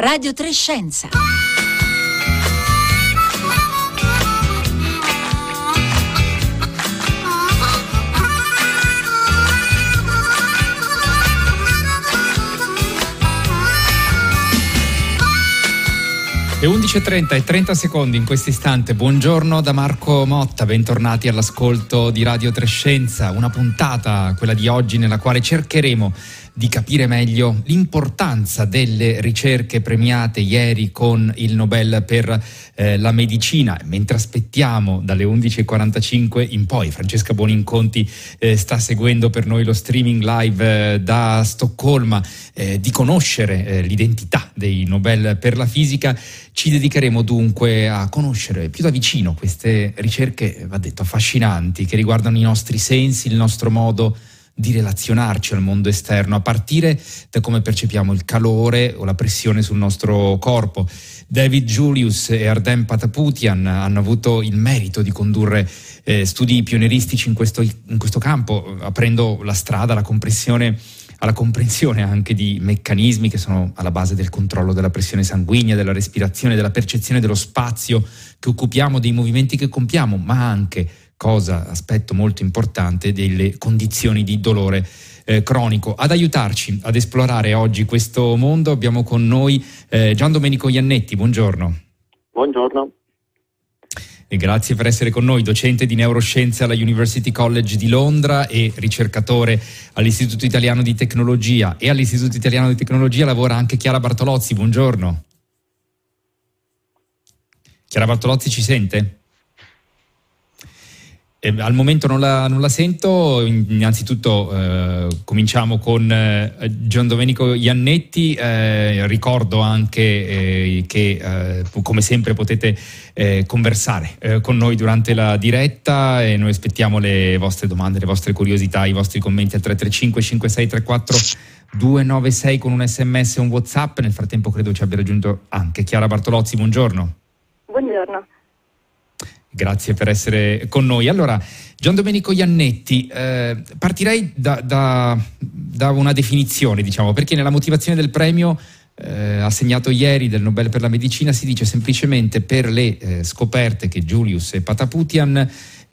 Radio 3 Scienza. Le 11:30 e 30 secondi in questo istante. Buongiorno da Marco Motta, bentornati all'ascolto di Radio 3 Scienza, una puntata, quella di oggi, nella quale cercheremo di capire meglio l'importanza delle ricerche premiate ieri con il Nobel per la medicina. Mentre aspettiamo dalle 11:45 in poi, Francesca Buoninconti sta seguendo per noi lo streaming live da Stoccolma, di conoscere l'identità dei Nobel per la fisica. Ci dedicheremo dunque a conoscere più da vicino queste ricerche, va detto, affascinanti, che riguardano i nostri sensi, il nostro modo di relazionarci al mondo esterno, a partire da come percepiamo il calore o la pressione sul nostro corpo. David Julius e Ardem Patapoutian hanno avuto il merito di condurre studi pionieristici in questo campo, aprendo la strada alla comprensione anche di meccanismi che sono alla base del controllo della pressione sanguigna, della respirazione, della percezione dello spazio che occupiamo, dei movimenti che compiamo, ma anche, aspetto molto importante, delle condizioni di dolore cronico. Ad aiutarci ad esplorare oggi questo mondo abbiamo con noi Gian Domenico Iannetti. Buongiorno. Buongiorno. E grazie per essere con noi, docente di neuroscienze alla University College di Londra e ricercatore all'Istituto Italiano di Tecnologia. E all'Istituto Italiano di Tecnologia lavora anche Chiara Bartolozzi. Buongiorno. Chiara Bartolozzi ci sente? Al momento non la sento. Innanzitutto cominciamo con Gian Domenico Iannetti. Ricordo anche che come sempre potete conversare con noi durante la diretta, e noi aspettiamo le vostre domande, le vostre curiosità, i vostri commenti al 335 5634 296 con un sms e un WhatsApp. Nel frattempo credo ci abbia raggiunto anche Chiara Bartolozzi. Buongiorno. Buongiorno. Grazie per essere con noi. Allora, Gian Domenico Iannetti, partirei da una definizione, perché nella motivazione del premio assegnato ieri del Nobel per la medicina si dice semplicemente per le scoperte che Julius e Patapoutian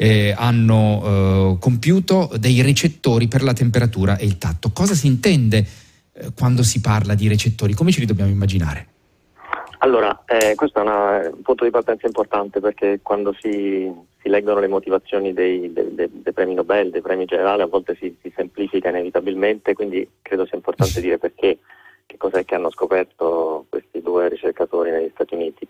hanno compiuto dei recettori per la temperatura e il tatto. Cosa si intende quando si parla di recettori? Come ce li dobbiamo immaginare? Allora, questo è un punto di partenza importante, perché quando si leggono le motivazioni dei premi Nobel, dei premi generali, a volte si semplifica inevitabilmente, quindi credo sia importante dire che cos'è che hanno scoperto questi due ricercatori negli Stati Uniti.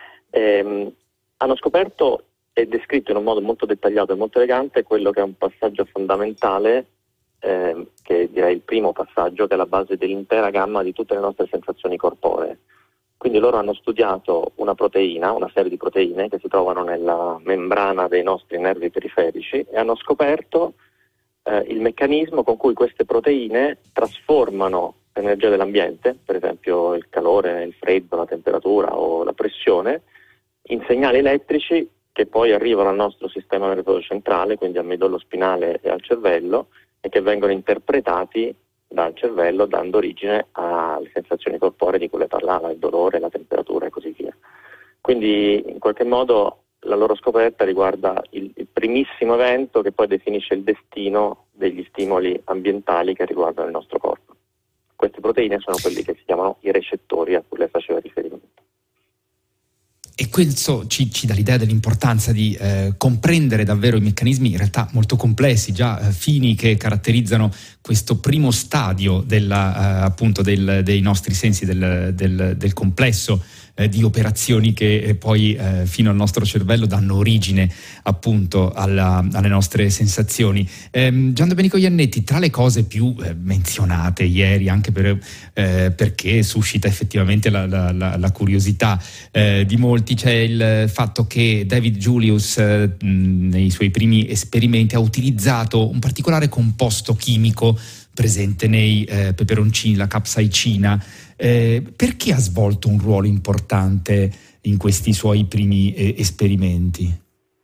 Hanno scoperto e descritto in un modo molto dettagliato e molto elegante quello che è un passaggio fondamentale, che direi il primo passaggio, che è la base dell'intera gamma di tutte le nostre sensazioni corporee. Quindi loro hanno studiato una serie di proteine che si trovano nella membrana dei nostri nervi periferici, e hanno scoperto il meccanismo con cui queste proteine trasformano l'energia dell'ambiente, per esempio il calore, il freddo, la temperatura o la pressione, in segnali elettrici che poi arrivano al nostro sistema nervoso centrale, quindi al midollo spinale e al cervello, e che vengono interpretati dal cervello, dando origine alle sensazioni corporee di cui lei parlava, il dolore, la temperatura e così via. Quindi in qualche modo la loro scoperta riguarda il primissimo evento che poi definisce il destino degli stimoli ambientali che riguardano il nostro corpo. Queste proteine sono quelli che si chiamano i recettori a cui lei faceva riferimento. E questo ci dà l'idea dell'importanza di comprendere davvero i meccanismi in realtà molto complessi, già fini, che caratterizzano questo primo stadio dei nostri sensi, del complesso di operazioni che poi fino al nostro cervello danno origine appunto alle nostre sensazioni. Gian Domenico Iannetti, tra le cose più menzionate ieri, anche perché suscita effettivamente la curiosità di molti, c'è il fatto che David Julius nei suoi primi esperimenti ha utilizzato un particolare composto chimico presente nei peperoncini, la capsaicina. Perché ha svolto un ruolo importante in questi suoi primi esperimenti?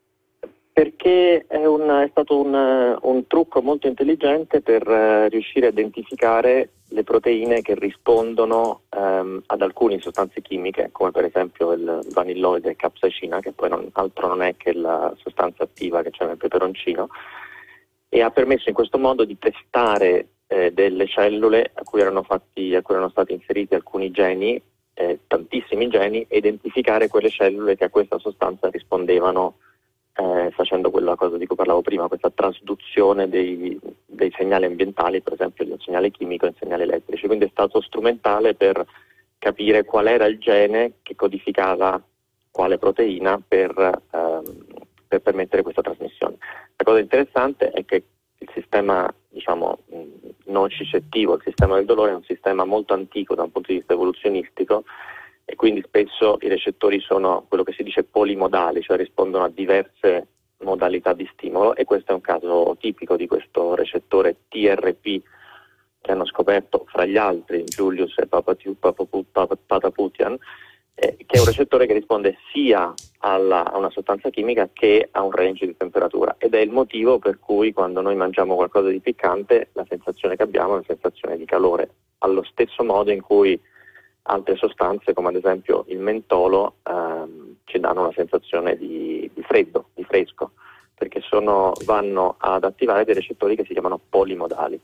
Perché è stato un trucco molto intelligente per riuscire a identificare le proteine che rispondono ad alcune sostanze chimiche, come per esempio il vanilloide e capsaicina, che poi altro non è che la sostanza attiva che c'è nel peperoncino, e ha permesso in questo modo di testare delle cellule a cui erano stati inseriti alcuni geni, tantissimi geni, e identificare quelle cellule che a questa sostanza rispondevano, facendo quella cosa di cui parlavo prima, questa trasduzione dei segnali ambientali, per esempio il segnale chimico e il segnale elettrico. Quindi è stato strumentale per capire qual era il gene che codificava quale proteina per permettere questa trasmissione. La cosa interessante è che il sistema, non cicettivo, il sistema del dolore, è un sistema molto antico da un punto di vista evoluzionistico, e quindi spesso i recettori sono quello che si dice polimodali, cioè rispondono a diverse modalità di stimolo, e questo è un caso tipico di questo recettore TRP che hanno scoperto fra gli altri Julius e Pataputian, che è un recettore che risponde sia a una sostanza chimica che a un range di temperatura, ed è il motivo per cui quando noi mangiamo qualcosa di piccante la sensazione che abbiamo è una sensazione di calore, allo stesso modo in cui altre sostanze, come ad esempio il mentolo, ci danno una sensazione di freddo, di fresco, perché vanno ad attivare dei recettori che si chiamano polimodali.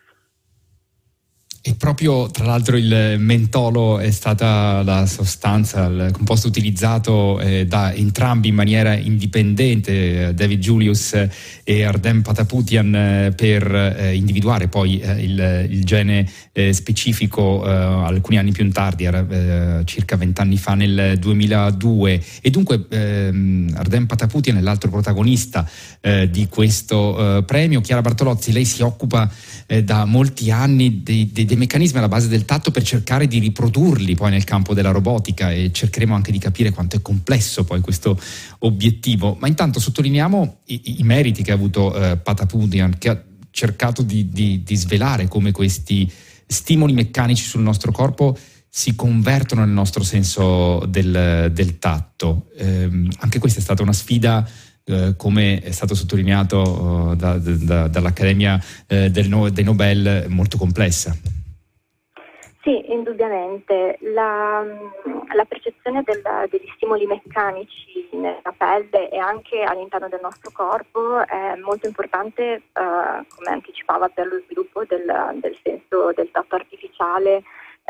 E proprio, tra l'altro, il mentolo è stata la sostanza, il composto utilizzato da entrambi in maniera indipendente, David Julius e Ardem Pataputian, per individuare poi il gene specifico alcuni anni più tardi, circa 20 anni fa, nel 2002. E dunque Ardem Pataputian è l'altro protagonista di questo premio. Chiara Bartolozzi, lei si occupa da molti anni dei meccanismi alla base del tatto per cercare di riprodurli poi nel campo della robotica, e cercheremo anche di capire quanto è complesso poi questo obiettivo. Ma intanto sottolineiamo i meriti che ha avuto Pataputian, che ha cercato di svelare come questi stimoli meccanici sul nostro corpo si convertono nel nostro senso del tatto. Anche questa è stata una sfida, come è stato sottolineato dall'Accademia dei Nobel, molto complessa. Sì, indubbiamente. La percezione degli stimoli meccanici nella pelle e anche all'interno del nostro corpo è molto importante, come anticipava, per lo sviluppo del senso del tatto artificiale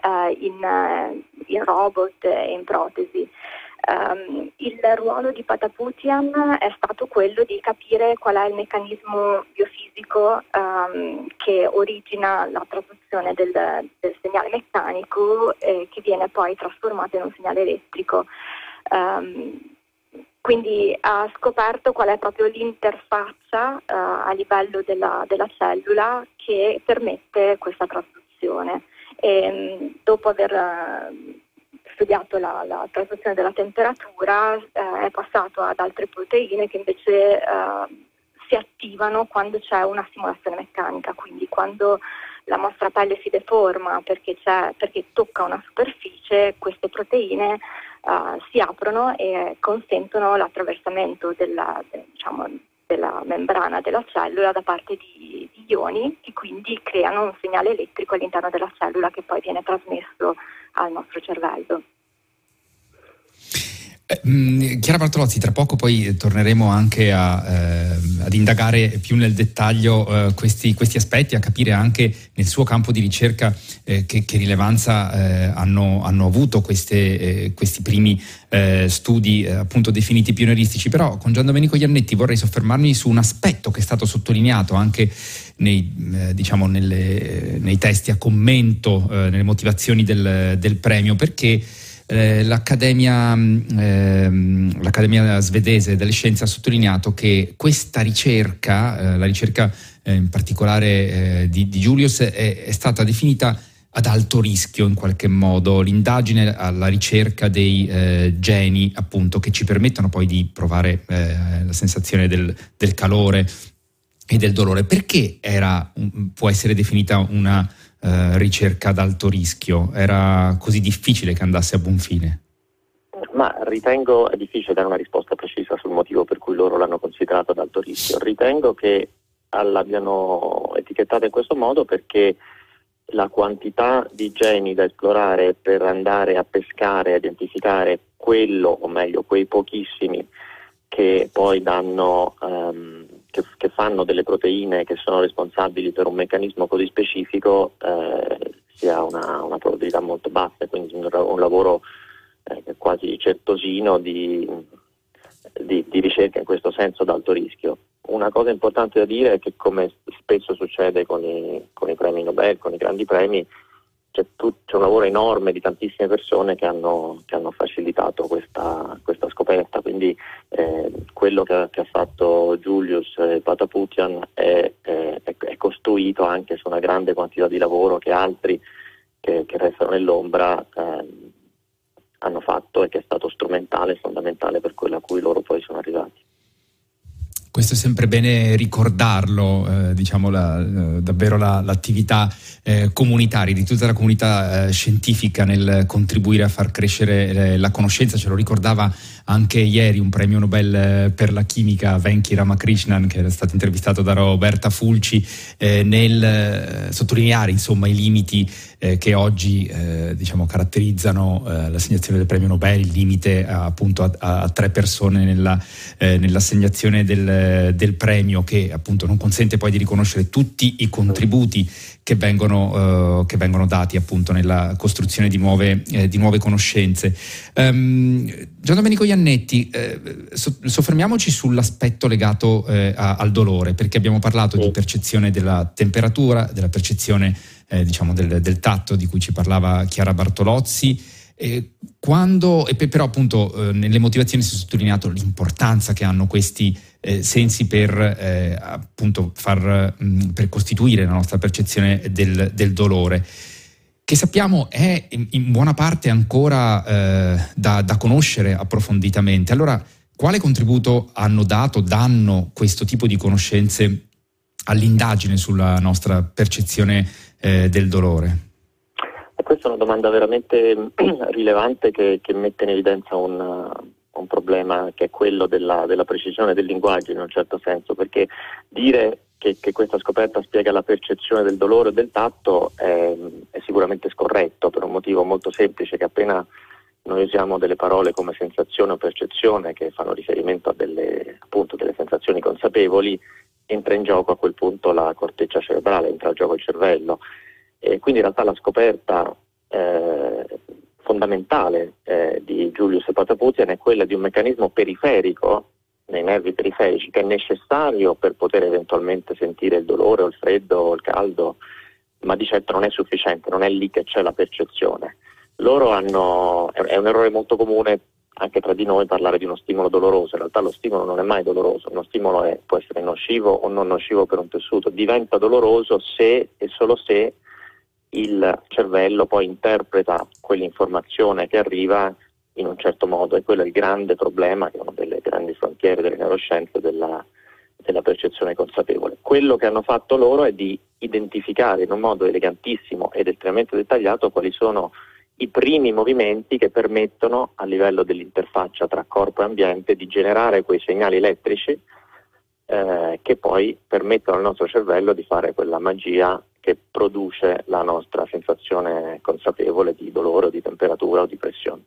in robot e in protesi. Il ruolo di Pataputian è stato quello di capire qual è il meccanismo biofisico che origina la trasduzione del segnale meccanico, che viene poi trasformato in un segnale elettrico. Quindi ha scoperto qual è proprio l'interfaccia a livello della cellula che permette questa trasduzione. E dopo aver studiato la trasduzione della temperatura, è passato ad altre proteine che invece si attivano quando c'è una stimolazione meccanica, quindi quando la nostra pelle si deforma perché tocca una superficie, queste proteine si aprono e consentono l'attraversamento della membrana della cellula da parte di ioni, che quindi creano un segnale elettrico all'interno della cellula che poi viene trasmesso al nostro cervello. Chiara Bartolozzi, tra poco poi torneremo anche ad indagare più nel dettaglio questi aspetti, a capire anche nel suo campo di ricerca che rilevanza hanno avuto questi primi studi appunto definiti pionieristici. Però con Gian Domenico Iannetti vorrei soffermarmi su un aspetto che è stato sottolineato anche nei testi a commento, nelle motivazioni del premio, perché l'Accademia svedese delle scienze ha sottolineato che questa ricerca, la ricerca in particolare di Julius, è stata definita ad alto rischio in qualche modo. L'indagine alla ricerca dei geni, appunto, che ci permettono poi di provare la sensazione del calore e del dolore. Perché può essere definita una ricerca ad alto rischio? Era così difficile che andasse a buon fine? Ma ritengo è difficile dare una risposta precisa sul motivo per cui loro l'hanno considerato ad alto rischio. Ritengo che l'abbiano etichettata in questo modo perché la quantità di geni da esplorare per andare a pescare, a identificare quello, o meglio, quei pochissimi che poi danno, che fanno delle proteine che sono responsabili per un meccanismo così specifico, sia una probabilità molto bassa, quindi un lavoro quasi certosino di ricerca in questo senso ad alto rischio. Una cosa importante da dire è che, come spesso succede con i premi Nobel, con i grandi premi, c'è un lavoro enorme di tantissime persone che hanno facilitato questa scoperta, quindi quello che ha fatto Julius Pataputian è costruito anche su una grande quantità di lavoro che altri che restano nell'ombra hanno fatto, e che è stato strumentale e fondamentale per quello a cui loro poi sono arrivati. Questo è sempre bene ricordarlo, davvero l'attività comunitaria di tutta la comunità scientifica nel contribuire a far crescere la conoscenza. Ce lo ricordava anche ieri un premio Nobel per la chimica, Venki Ramakrishnan, che era stato intervistato da Roberta Fulci, nel sottolineare insomma i limiti che oggi caratterizzano l'assegnazione del premio Nobel, il limite appunto a 3 persone nell'assegnazione del premio, che appunto non consente poi di riconoscere tutti i contributi che vengono dati appunto nella costruzione di nuove conoscenze. Gian Domenico Iannetti, soffermiamoci sull'aspetto legato al dolore, perché abbiamo parlato di percezione della temperatura, della percezione del tatto di cui ci parlava Chiara Bartolozzi. Però appunto nelle motivazioni si è sottolineato l'importanza che hanno questi sensi per appunto per costituire la nostra percezione del dolore, che sappiamo è in buona parte ancora da conoscere approfonditamente. Allora, quale contributo danno questo tipo di conoscenze all'indagine sulla nostra percezione del dolore? Questa è una domanda veramente rilevante che mette in evidenza un problema, che è quello della precisione del linguaggio, in un certo senso, perché dire che questa scoperta spiega la percezione del dolore o del tatto è sicuramente scorretto, per un motivo molto semplice: che appena noi usiamo delle parole come sensazione o percezione, che fanno riferimento a delle sensazioni consapevoli, entra in gioco a quel punto la corteccia cerebrale, entra in gioco il cervello. E quindi in realtà la scoperta fondamentale di Julius Pataputian è quella di un meccanismo periferico nei nervi periferici, che è necessario per poter eventualmente sentire il dolore o il freddo o il caldo, ma di certo non è sufficiente, non è lì che c'è la percezione. È un errore molto comune anche tra di noi parlare di uno stimolo doloroso. In realtà lo stimolo non è mai doloroso, uno stimolo può essere nocivo o non nocivo per un tessuto, diventa doloroso se e solo se il cervello poi interpreta quell'informazione che arriva in un certo modo, e quello è il grande problema, che è una delle grandi frontiere delle neuroscienze, della percezione consapevole. Quello che hanno fatto loro è di identificare in un modo elegantissimo ed estremamente dettagliato quali sono i primi movimenti che permettono, a livello dell'interfaccia tra corpo e ambiente, di generare quei segnali elettrici che poi permettono al nostro cervello di fare quella magia che produce la nostra sensazione consapevole di dolore o di temperatura o di pressione.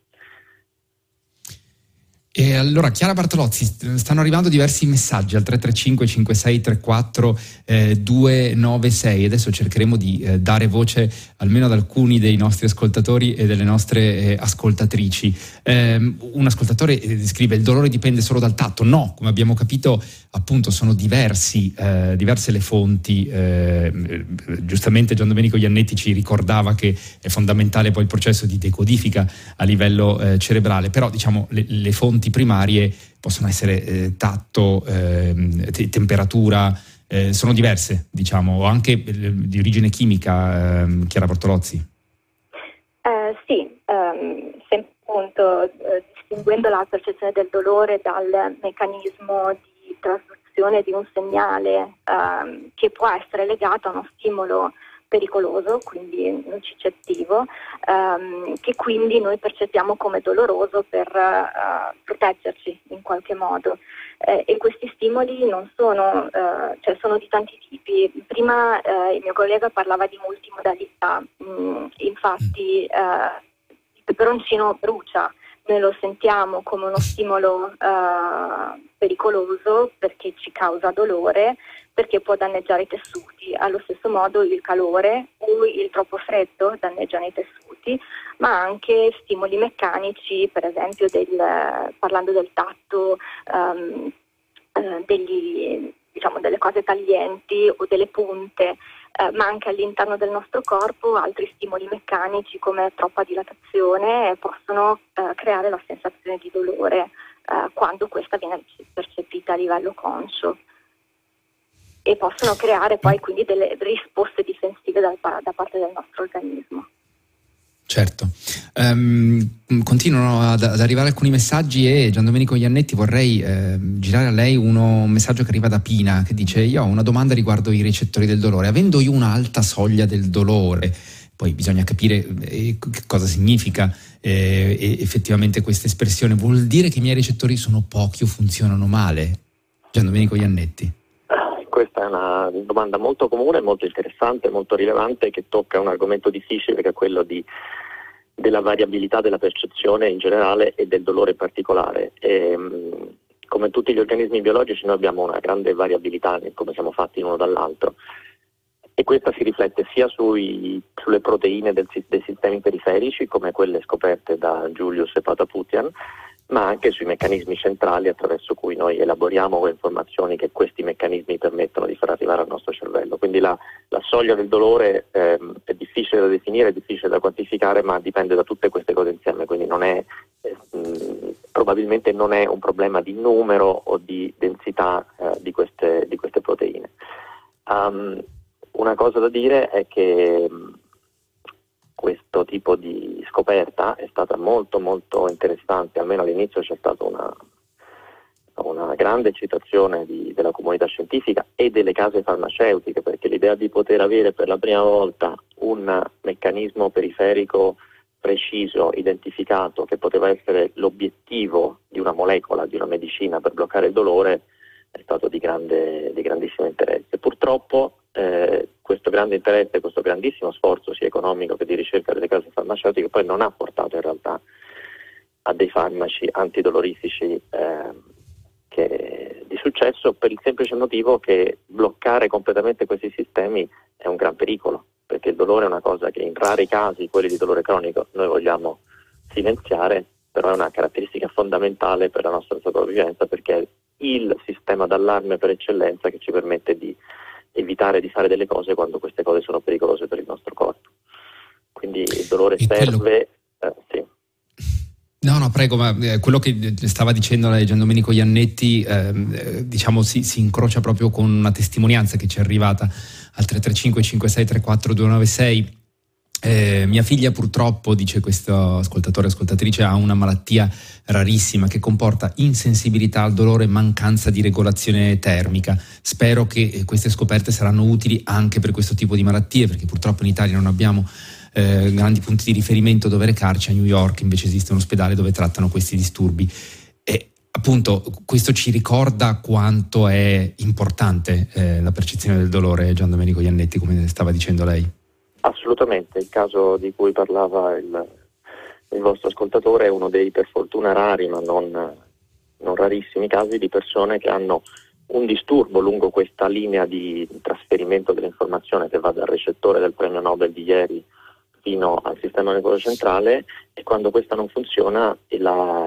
E allora, Chiara Bartolozzi, stanno arrivando diversi messaggi al 335 5634 296. Adesso cercheremo di dare voce almeno ad alcuni dei nostri ascoltatori e delle nostre ascoltatrici. Un ascoltatore scrive: il dolore dipende solo dal tatto. No, come abbiamo capito, appunto sono diverse le fonti. Giustamente Gian Domenico Iannetti ci ricordava che è fondamentale poi il processo di decodifica a livello cerebrale, però diciamo le fonti primarie possono essere tatto, temperatura, sono diverse, diciamo, o anche di origine chimica. Chiara Bartolozzi? Sì, sempre appunto distinguendo la percezione del dolore dal meccanismo di trasduzione di un segnale che può essere legato a uno stimolo pericoloso, quindi nocicettivo, che quindi noi percepiamo come doloroso per proteggerci in qualche modo. E questi stimoli non sono, sono di tanti tipi. Prima il mio collega parlava di multimodalità, infatti il peperoncino brucia. Noi lo sentiamo come uno stimolo pericoloso perché ci causa dolore, perché può danneggiare i tessuti. Allo stesso modo il calore o il troppo freddo danneggiano i tessuti, ma anche stimoli meccanici, per esempio parlando del tatto, delle cose taglienti o delle punte, ma anche all'interno del nostro corpo altri stimoli meccanici come troppa dilatazione possono creare la sensazione di dolore quando questa viene percepita a livello conscio, e possono creare poi quindi delle risposte difensive da parte del nostro organismo. Certo. Continuano ad arrivare alcuni messaggi e Giandomenico Iannetti, vorrei girare a lei un messaggio che arriva da Pina, che dice: io ho una domanda riguardo i recettori del dolore. Avendo io una alta soglia del dolore, poi bisogna capire cosa significa effettivamente questa espressione, vuol dire che i miei recettori sono pochi o funzionano male? Giandomenico Iannetti. Questa è una domanda molto comune, molto interessante, molto rilevante, che tocca un argomento difficile, che è quello della variabilità della percezione in generale e del dolore in particolare. Come tutti gli organismi biologici noi abbiamo una grande variabilità in come siamo fatti l'uno dall'altro, e questa si riflette sia sulle proteine dei sistemi periferici, come quelle scoperte da Julius e Pataputian, ma anche sui meccanismi centrali attraverso cui noi elaboriamo le informazioni che questi meccanismi permettono di far arrivare al nostro cervello. Quindi la soglia del dolore è difficile da definire, è difficile da quantificare, ma dipende da tutte queste cose insieme, quindi probabilmente non è un problema di numero o di densità di queste proteine. Una cosa da dire è che questo tipo di scoperta è stata molto molto interessante, almeno all'inizio c'è stata una grande eccitazione della comunità scientifica e delle case farmaceutiche, perché l'idea di poter avere per la prima volta un meccanismo periferico preciso, identificato, che poteva essere l'obiettivo di una molecola, di una medicina per bloccare il dolore, è stato di grandissimo interesse. Purtroppo questo grande interesse, questo grandissimo sforzo sia economico che di ricerca delle case farmaceutiche poi non ha portato in realtà a dei farmaci antidolorifici di successo, per il semplice motivo che bloccare completamente questi sistemi è un gran pericolo, perché il dolore è una cosa che in rari casi, quelli di dolore cronico, noi vogliamo silenziare, però è una caratteristica fondamentale per la nostra sopravvivenza, perché è il sistema d'allarme per eccellenza che ci permette di evitare di fare delle cose quando queste cose sono pericolose per il nostro corpo. Quindi il dolore serve. Sì. No, prego, ma quello che stava dicendo lei, Giandomenico Iannetti, diciamo si incrocia proprio con una testimonianza che ci è arrivata al 335 56 34 296. Mia figlia purtroppo, dice questo ascoltatore, ascoltatrice, ha una malattia rarissima che comporta insensibilità al dolore e mancanza di regolazione termica. Spero che queste scoperte saranno utili anche per questo tipo di malattie, perché purtroppo in Italia non abbiamo grandi punti di riferimento dove recarci. A New York invece esiste un ospedale dove trattano questi disturbi. E appunto questo ci ricorda quanto è importante la percezione del dolore, Giandomenico Iannetti, come stava dicendo lei. Assolutamente, il caso di cui parlava il vostro ascoltatore è uno dei, per fortuna, rari ma non rarissimi casi di persone che hanno un disturbo lungo questa linea di trasferimento dell'informazione che va dal recettore del premio Nobel di ieri fino al sistema nervoso centrale, e quando questa non funziona ci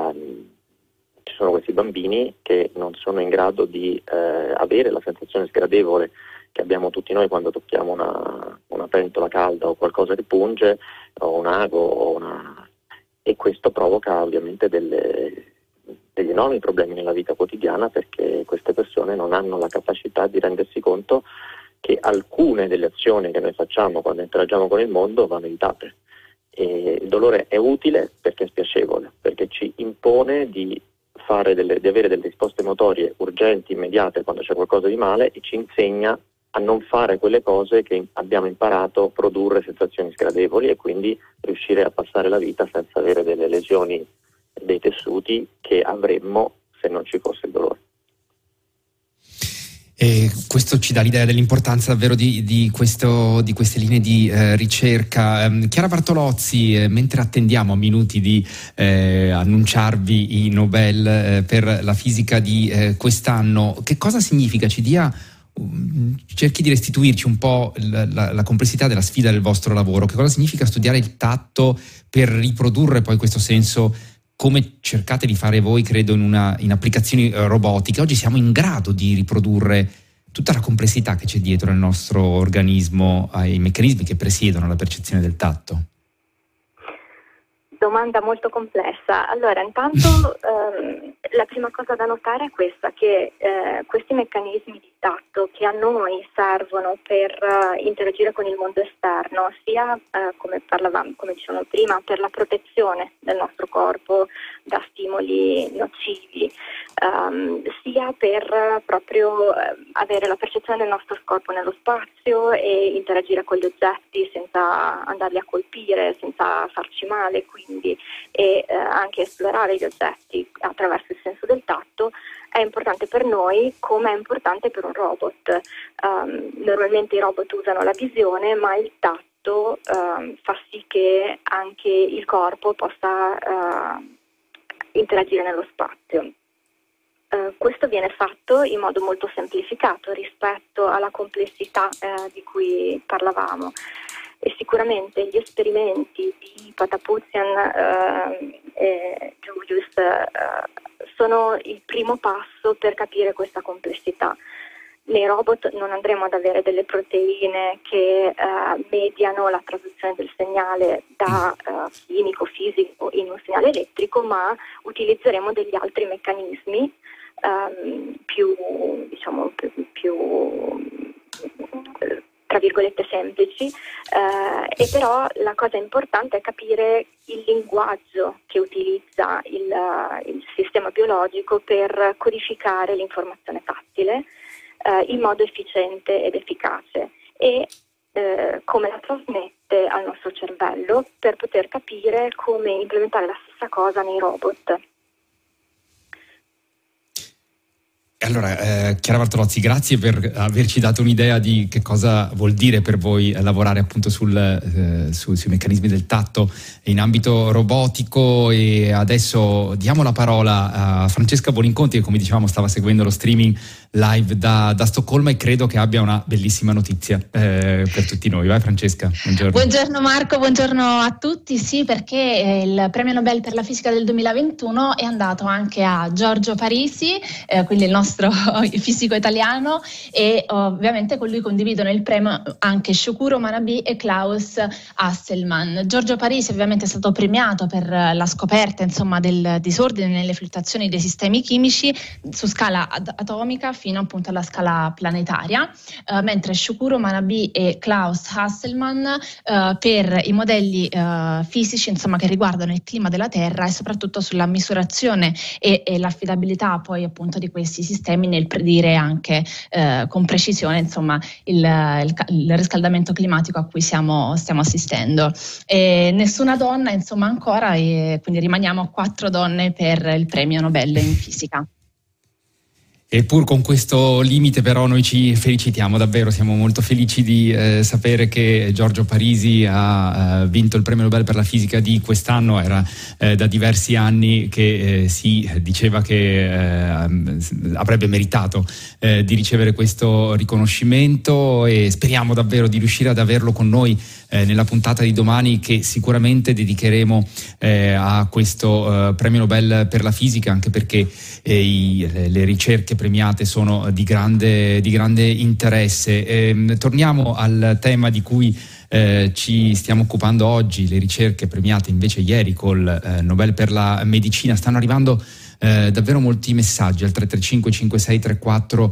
sono questi bambini che non sono in grado di avere la sensazione sgradevole che abbiamo tutti noi quando tocchiamo una pentola calda o qualcosa che punge, o un ago, e questo provoca ovviamente degli enormi problemi nella vita quotidiana, perché queste persone non hanno la capacità di rendersi conto che alcune delle azioni che noi facciamo quando interagiamo con il mondo vanno evitate. E il dolore è utile perché è spiacevole, perché ci impone di avere delle risposte motorie urgenti, immediate quando c'è qualcosa di male, e ci insegna a non fare quelle cose che abbiamo imparato a produrre sensazioni sgradevoli, e quindi riuscire a passare la vita senza avere delle lesioni dei tessuti che avremmo se non ci fosse il dolore. E questo ci dà l'idea dell'importanza davvero di queste linee di ricerca. Chiara Bartolozzi, mentre attendiamo a minuti di annunciarvi i Nobel per la fisica di quest'anno, che cosa significa? Cerchi di restituirci un po' la complessità della sfida del vostro lavoro. Che cosa significa studiare il tatto per riprodurre poi questo senso, come cercate di fare voi, credo, in applicazioni robotiche? Oggi siamo in grado di riprodurre tutta la complessità che c'è dietro nel nostro organismo, ai meccanismi che presiedono la percezione del tatto? Domanda molto complessa. Allora, intanto la prima cosa da notare è questa, che questi meccanismi di tatto che a noi servono per interagire con il mondo esterno, sia come dicevamo prima, per la protezione del nostro corpo da stimoli nocivi, sia per proprio avere la percezione del nostro corpo nello spazio e interagire con gli oggetti senza andarli a colpire, senza farci male, e anche esplorare gli oggetti attraverso il senso del tatto, è importante per noi come è importante per un robot. Normalmente i robot usano la visione, ma il tatto fa sì che anche il corpo possa interagire nello spazio. Questo viene fatto in modo molto semplificato rispetto alla complessità di cui parlavamo. E sicuramente gli esperimenti di Patapoutian e Julius sono il primo passo per capire questa complessità. Nei robot non andremo ad avere delle proteine che mediano la traduzione del segnale da chimico, fisico in un segnale elettrico, ma utilizzeremo degli altri meccanismi più tra virgolette semplici, e però la cosa importante è capire il linguaggio che utilizza il sistema biologico per codificare l'informazione tattile in modo efficiente ed efficace, e come la trasmette al nostro cervello per poter capire come implementare la stessa cosa nei robot. Allora, Chiara Bartolozzi, grazie per averci dato un'idea di che cosa vuol dire per voi lavorare appunto sui meccanismi del tatto in ambito robotico. E adesso diamo la parola a Francesca Boninconti, che, come dicevamo, stava seguendo lo streaming live da Stoccolma e credo che abbia una bellissima notizia per tutti noi. Vai Francesca, buongiorno. Buongiorno Marco, buongiorno a tutti. Sì, perché il premio Nobel per la fisica del 2021 è andato anche a Giorgio Parisi, quindi il nostro fisico italiano, e ovviamente con lui condividono il premio anche Shukuro Manabe e Klaus Hasselmann. Giorgio Parisi ovviamente è stato premiato per la scoperta, insomma, del disordine nelle fluttuazioni dei sistemi chimici su scala atomica fino appunto alla scala planetaria, mentre Shukuro Manabe e Klaus Hasselmann per i modelli fisici, insomma, che riguardano il clima della Terra e soprattutto sulla misurazione e l'affidabilità poi appunto di questi sistemi nel predire anche con precisione, insomma, il riscaldamento climatico a cui stiamo assistendo. E nessuna donna, insomma, ancora, e quindi rimaniamo a 4 donne per il premio Nobel in fisica. E pur con questo limite però noi ci felicitiamo davvero, siamo molto felici di sapere che Giorgio Parisi ha vinto il premio Nobel per la fisica di quest'anno. Era da diversi anni che si diceva che avrebbe meritato di ricevere questo riconoscimento, e speriamo davvero di riuscire ad averlo con noi nella puntata di domani, che sicuramente dedicheremo a questo premio Nobel per la fisica, anche perché le ricerche premiate sono di grande interesse. Torniamo al tema di cui ci stiamo occupando oggi. Le ricerche premiate invece ieri col Nobel per la medicina. Stanno arrivando davvero molti messaggi al 335 5634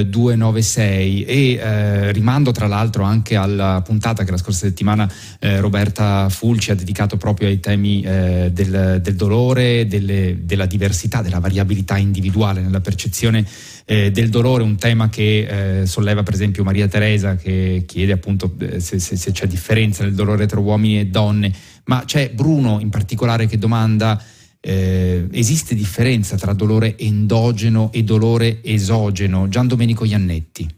296 e rimando tra l'altro anche alla puntata che la scorsa settimana Roberta Fulci ha dedicato proprio ai temi del dolore, della diversità, della variabilità individuale nella percezione del dolore, un tema che solleva per esempio Maria Teresa, che chiede appunto se c'è differenza nel dolore tra uomini e donne, ma c'è Bruno in particolare che domanda: esiste differenza tra dolore endogeno e dolore esogeno? Gian Domenico Iannetti.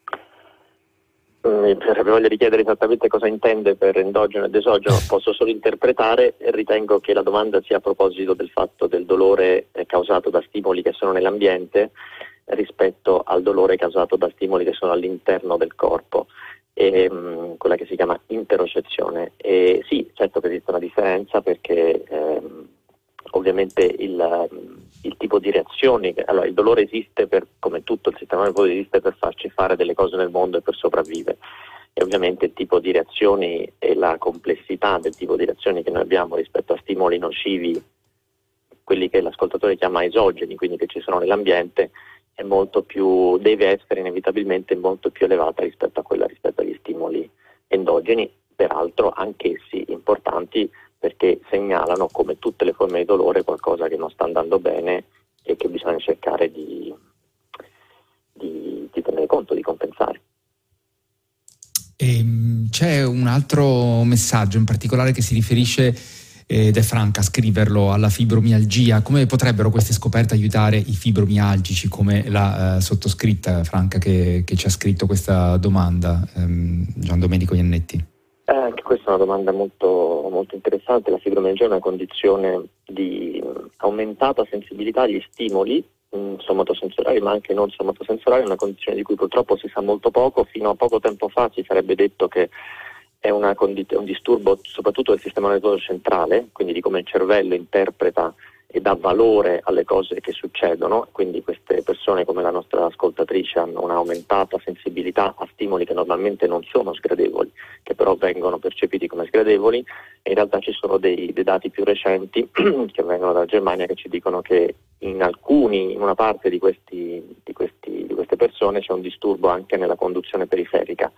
Voglio richiedere esattamente cosa intende per endogeno ed esogeno, posso solo interpretare e ritengo che la domanda sia a proposito del fatto del dolore causato da stimoli che sono nell'ambiente rispetto al dolore causato da stimoli che sono all'interno del corpo, quella che si chiama interocezione. E sì, certo che esiste una differenza perché ovviamente il tipo di reazioni, allora il dolore esiste come tutto il sistema nervoso esiste per farci fare delle cose nel mondo e per sopravvivere, e ovviamente il tipo di reazioni e la complessità del tipo di reazioni che noi abbiamo rispetto a stimoli nocivi, quelli che l'ascoltatore chiama esogeni, quindi che ci sono nell'ambiente, è molto più, deve essere inevitabilmente molto più elevata rispetto agli stimoli endogeni, peraltro anch'essi importanti perché segnalano, come tutte le forme di dolore, qualcosa che non sta andando bene e che bisogna cercare di tenere conto, di compensare. C'è un altro messaggio in particolare che si riferisce, ed è Franca a scriverlo, alla fibromialgia. Come potrebbero queste scoperte aiutare i fibromialgici, come la sottoscritta Franca che ci ha scritto questa domanda, Gian Domenico Iannetti? Anche questa è una domanda molto, molto interessante. La fibromialgia è una condizione di aumentata sensibilità agli stimoli somatosensoriali, ma anche non somatosensoriali, è una condizione di cui purtroppo si sa molto poco. Fino a poco tempo fa si sarebbe detto che è un disturbo soprattutto del sistema nervoso centrale, quindi di come il cervello interpreta e dà valore alle cose che succedono, quindi queste persone come la nostra ascoltatrice hanno un'aumentata sensibilità a stimoli che normalmente non sono sgradevoli, che però vengono percepiti come sgradevoli, e in realtà ci sono dei dati più recenti che vengono dalla Germania che ci dicono che in una parte di queste persone c'è un disturbo anche nella conduzione periferica,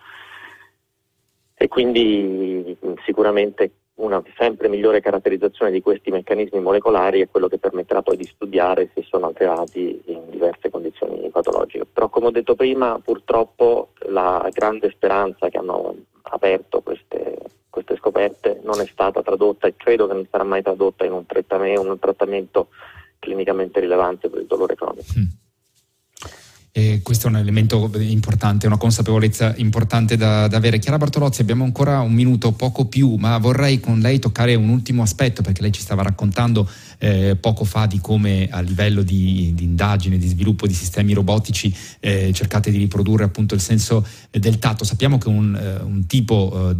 e quindi sicuramente una sempre migliore caratterizzazione di questi meccanismi molecolari è quello che permetterà poi di studiare se sono alterati in diverse condizioni patologiche. Però, come ho detto prima, purtroppo la grande speranza che hanno aperto queste scoperte non è stata tradotta, e credo che non sarà mai tradotta in un trattamento clinicamente rilevante per il dolore cronico. Questo è un elemento importante, una consapevolezza importante da avere. Chiara Bartolozzi, abbiamo ancora un minuto, poco più, ma vorrei con lei toccare un ultimo aspetto, perché lei ci stava raccontando poco fa di come a livello di indagine, di sviluppo di sistemi robotici cercate di riprodurre appunto il senso del tatto. Sappiamo che un tipo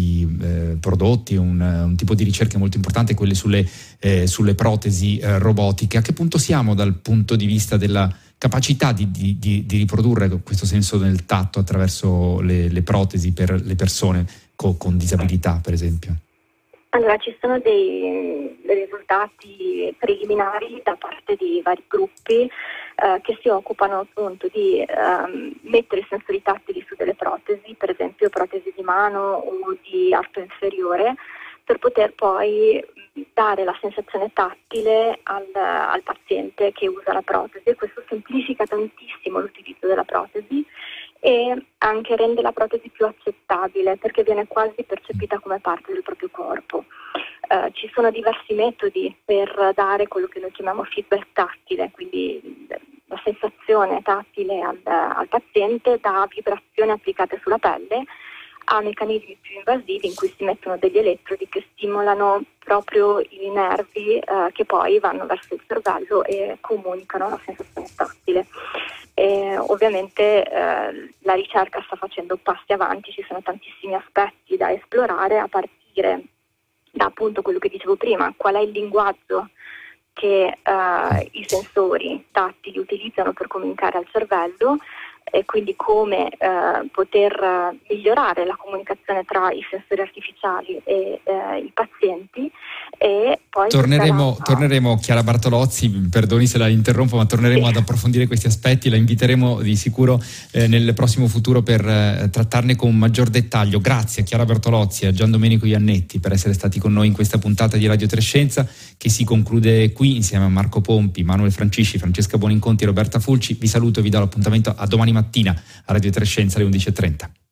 di prodotti, un tipo di ricerche molto importante è quelle sulle protesi robotiche. A che punto siamo dal punto di vista della capacità di riprodurre questo senso del tatto attraverso le protesi per le persone con disabilità, per esempio? Allora, ci sono dei risultati preliminari da parte di vari gruppi che si occupano appunto di mettere i sensori tattili su delle protesi, per esempio protesi di mano o di arto inferiore, per poter poi dare la sensazione tattile al paziente che usa la protesi, e questo semplifica tantissimo l'utilizzo della protesi e anche rende la protesi più accettabile, perché viene quasi percepita come parte del proprio corpo. Ci sono diversi metodi per dare quello che noi chiamiamo feedback tattile, quindi la sensazione tattile al paziente da vibrazioni applicate sulla pelle a meccanismi più invasivi in cui si mettono degli elettrodi che stimolano proprio i nervi che poi vanno verso il cervello e comunicano la sensazione tattile. Ovviamente la ricerca sta facendo passi avanti, ci sono tantissimi aspetti da esplorare, a partire da appunto quello che dicevo prima, qual è il linguaggio che i sensori tattili utilizzano per comunicare al cervello, e quindi come poter migliorare la comunicazione tra i sensori artificiali e i pazienti. E poi torneremo, Chiara Bartolozzi, perdoni se la interrompo, ma torneremo ad approfondire questi aspetti. La inviteremo di sicuro nel prossimo futuro per trattarne con maggior dettaglio. Grazie a Chiara Bartolozzi e a Gian Domenico Iannetti per essere stati con noi in questa puntata di Radio Trescenza, che si conclude qui insieme a Marco Pompi, Manuel Francisci, Francesca Buoninconti e Roberta Fulci. Vi saluto e vi do l'appuntamento a domani mattina a Radio Trescenza alle 11:30.